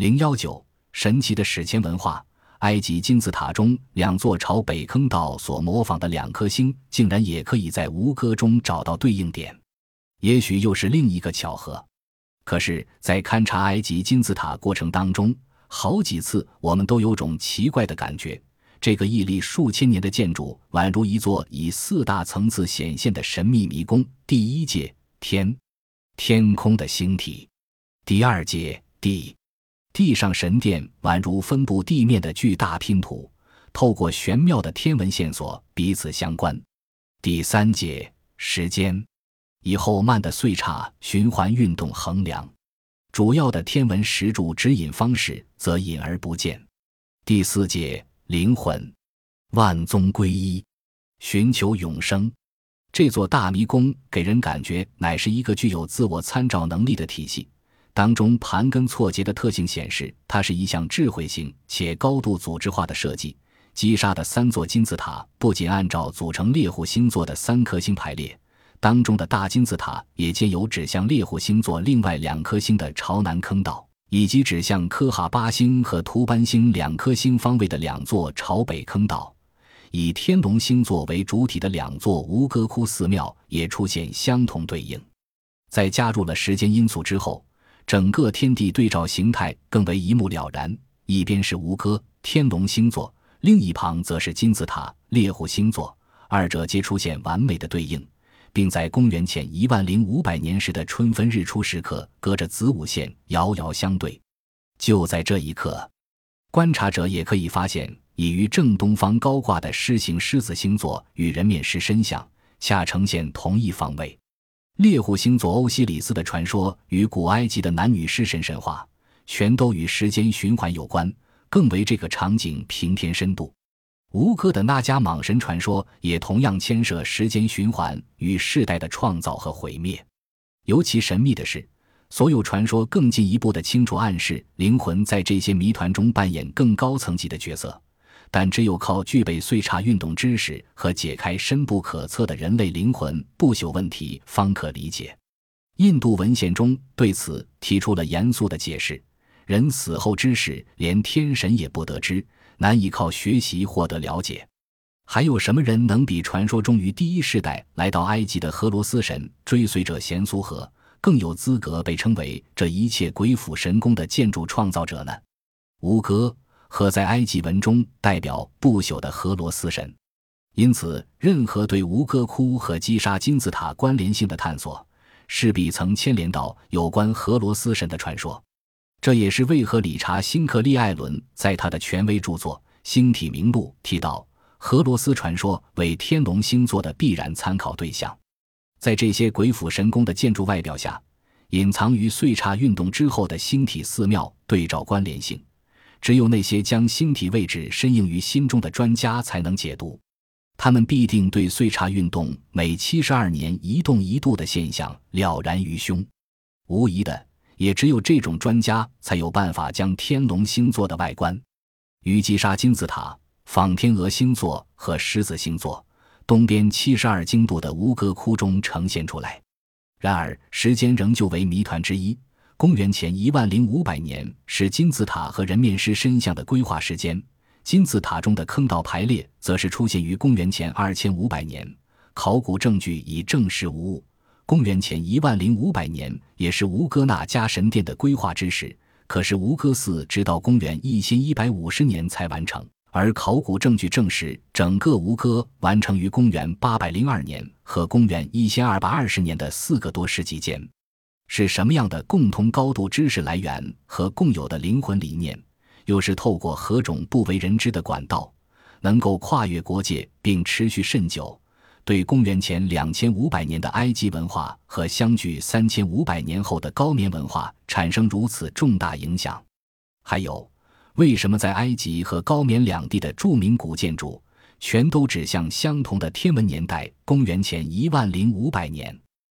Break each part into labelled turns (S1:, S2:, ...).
S1: 019神奇的史前文化，埃及金字塔中2座朝北坑道所模仿的2颗星，竟然也可以在吴哥中找到对应点，也许又是另一个巧合。可是在勘察埃及金字塔过程当中，好几次我们都有种奇怪的感觉，这个屹立数千年的建筑宛如一座以4大层次显现的神秘迷宫。第一界天空的星体，第二界地上神殿宛如分布地面的巨大拼图，透过玄妙的天文线索彼此相关。第三界时间，以后慢的岁差循环运动衡量，主要的天文时柱指引方式则隐而不见。第四界灵魂，万宗归一，寻求永生。这座大迷宫给人感觉乃是一个具有自我参照能力的体系，当中盘根错节的特性显示它是一项智慧性且高度组织化的设计。击杀的3座金字塔不仅按照组成猎户星座的3颗星排列，当中的大金字塔也建有指向猎户星座另外2颗星的朝南坑道，以及指向科哈巴星和图班星2颗星方位的2座朝北坑道。以天龙星座为主体的2座吴哥窟寺庙也出现相同对应。在加入了时间因素之后，整个天地对照形态更为一目了然，一边是吴哥天龙星座，另一旁则是金字塔猎户星座，二者皆出现完美的对应，并在公元前10500年时的春分日出时刻隔着子午线遥遥相对。就在这一刻，观察者也可以发现已于正东方高挂的狮形狮子星座与人面狮身像恰呈现同一方位。猎户星座欧西里斯的传说与古埃及的男女狮神神话全都与时间循环有关，更为这个场景平添深度。吴哥的那迦蟒神传说也同样牵涉时间循环与世代的创造和毁灭。尤其神秘的是，所有传说更进一步地清楚暗示灵魂在这些谜团中扮演更高层级的角色，但只有靠具备岁差运动知识和解开深不可测的人类灵魂不朽问题方可理解。印度文献中对此提出了严肃的解释，人死后之事连天神也不得知，难以靠学习获得了解。还有什么人能比传说中于第一世代来到埃及的荷罗斯神追随者咸苏河更有资格被称为这一切鬼斧神工的建筑创造者呢？吴哥和在埃及文中代表不朽的荷罗斯神，因此任何对吴哥窟和击杀金字塔关联性的探索势必曾牵连到有关荷罗斯神的传说。这也是为何理查·辛克利艾伦在他的权威著作《星体名录》提到荷罗斯传说为天龙星座的必然参考对象。在这些鬼斧神工的建筑外表下，隐藏于岁差运动之后的星体寺庙对照关联性，只有那些将星体位置深印于心中的专家才能解读。他们必定对岁差运动每72年一动一度的现象了然于胸。无疑的，也只有这种专家才有办法将天龙星座的外观与击杀金字塔、仿天鹅星座和狮子星座东边72经度的吴哥窟中呈现出来。然而时间仍旧为谜团之一，公元前10500年是金字塔和人面狮身像的规划时间，金字塔中的坑道排列则是出现于公元前2500年，考古证据已证实无误。公元前10500年也是吴哥那迦神殿的规划之时，可是吴哥寺直到公元1150年才完成，而考古证据证实整个吴哥完成于公元802年和公元1220年的4个多世纪间。是什么样的共同高度知识来源和共有的灵魂理念，又是透过何种不为人知的管道，能够跨越国界并持续甚久，对公元前2500年的埃及文化和相距3500年后的高棉文化产生如此重大影响？还有，为什么在埃及和高棉两地的著名古建筑全都指向相同的天文年代公元前10500年？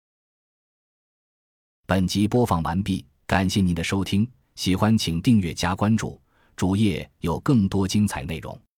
S1: 本集播放完毕，感谢您的收听，喜欢请订阅加关注，主页有更多精彩内容。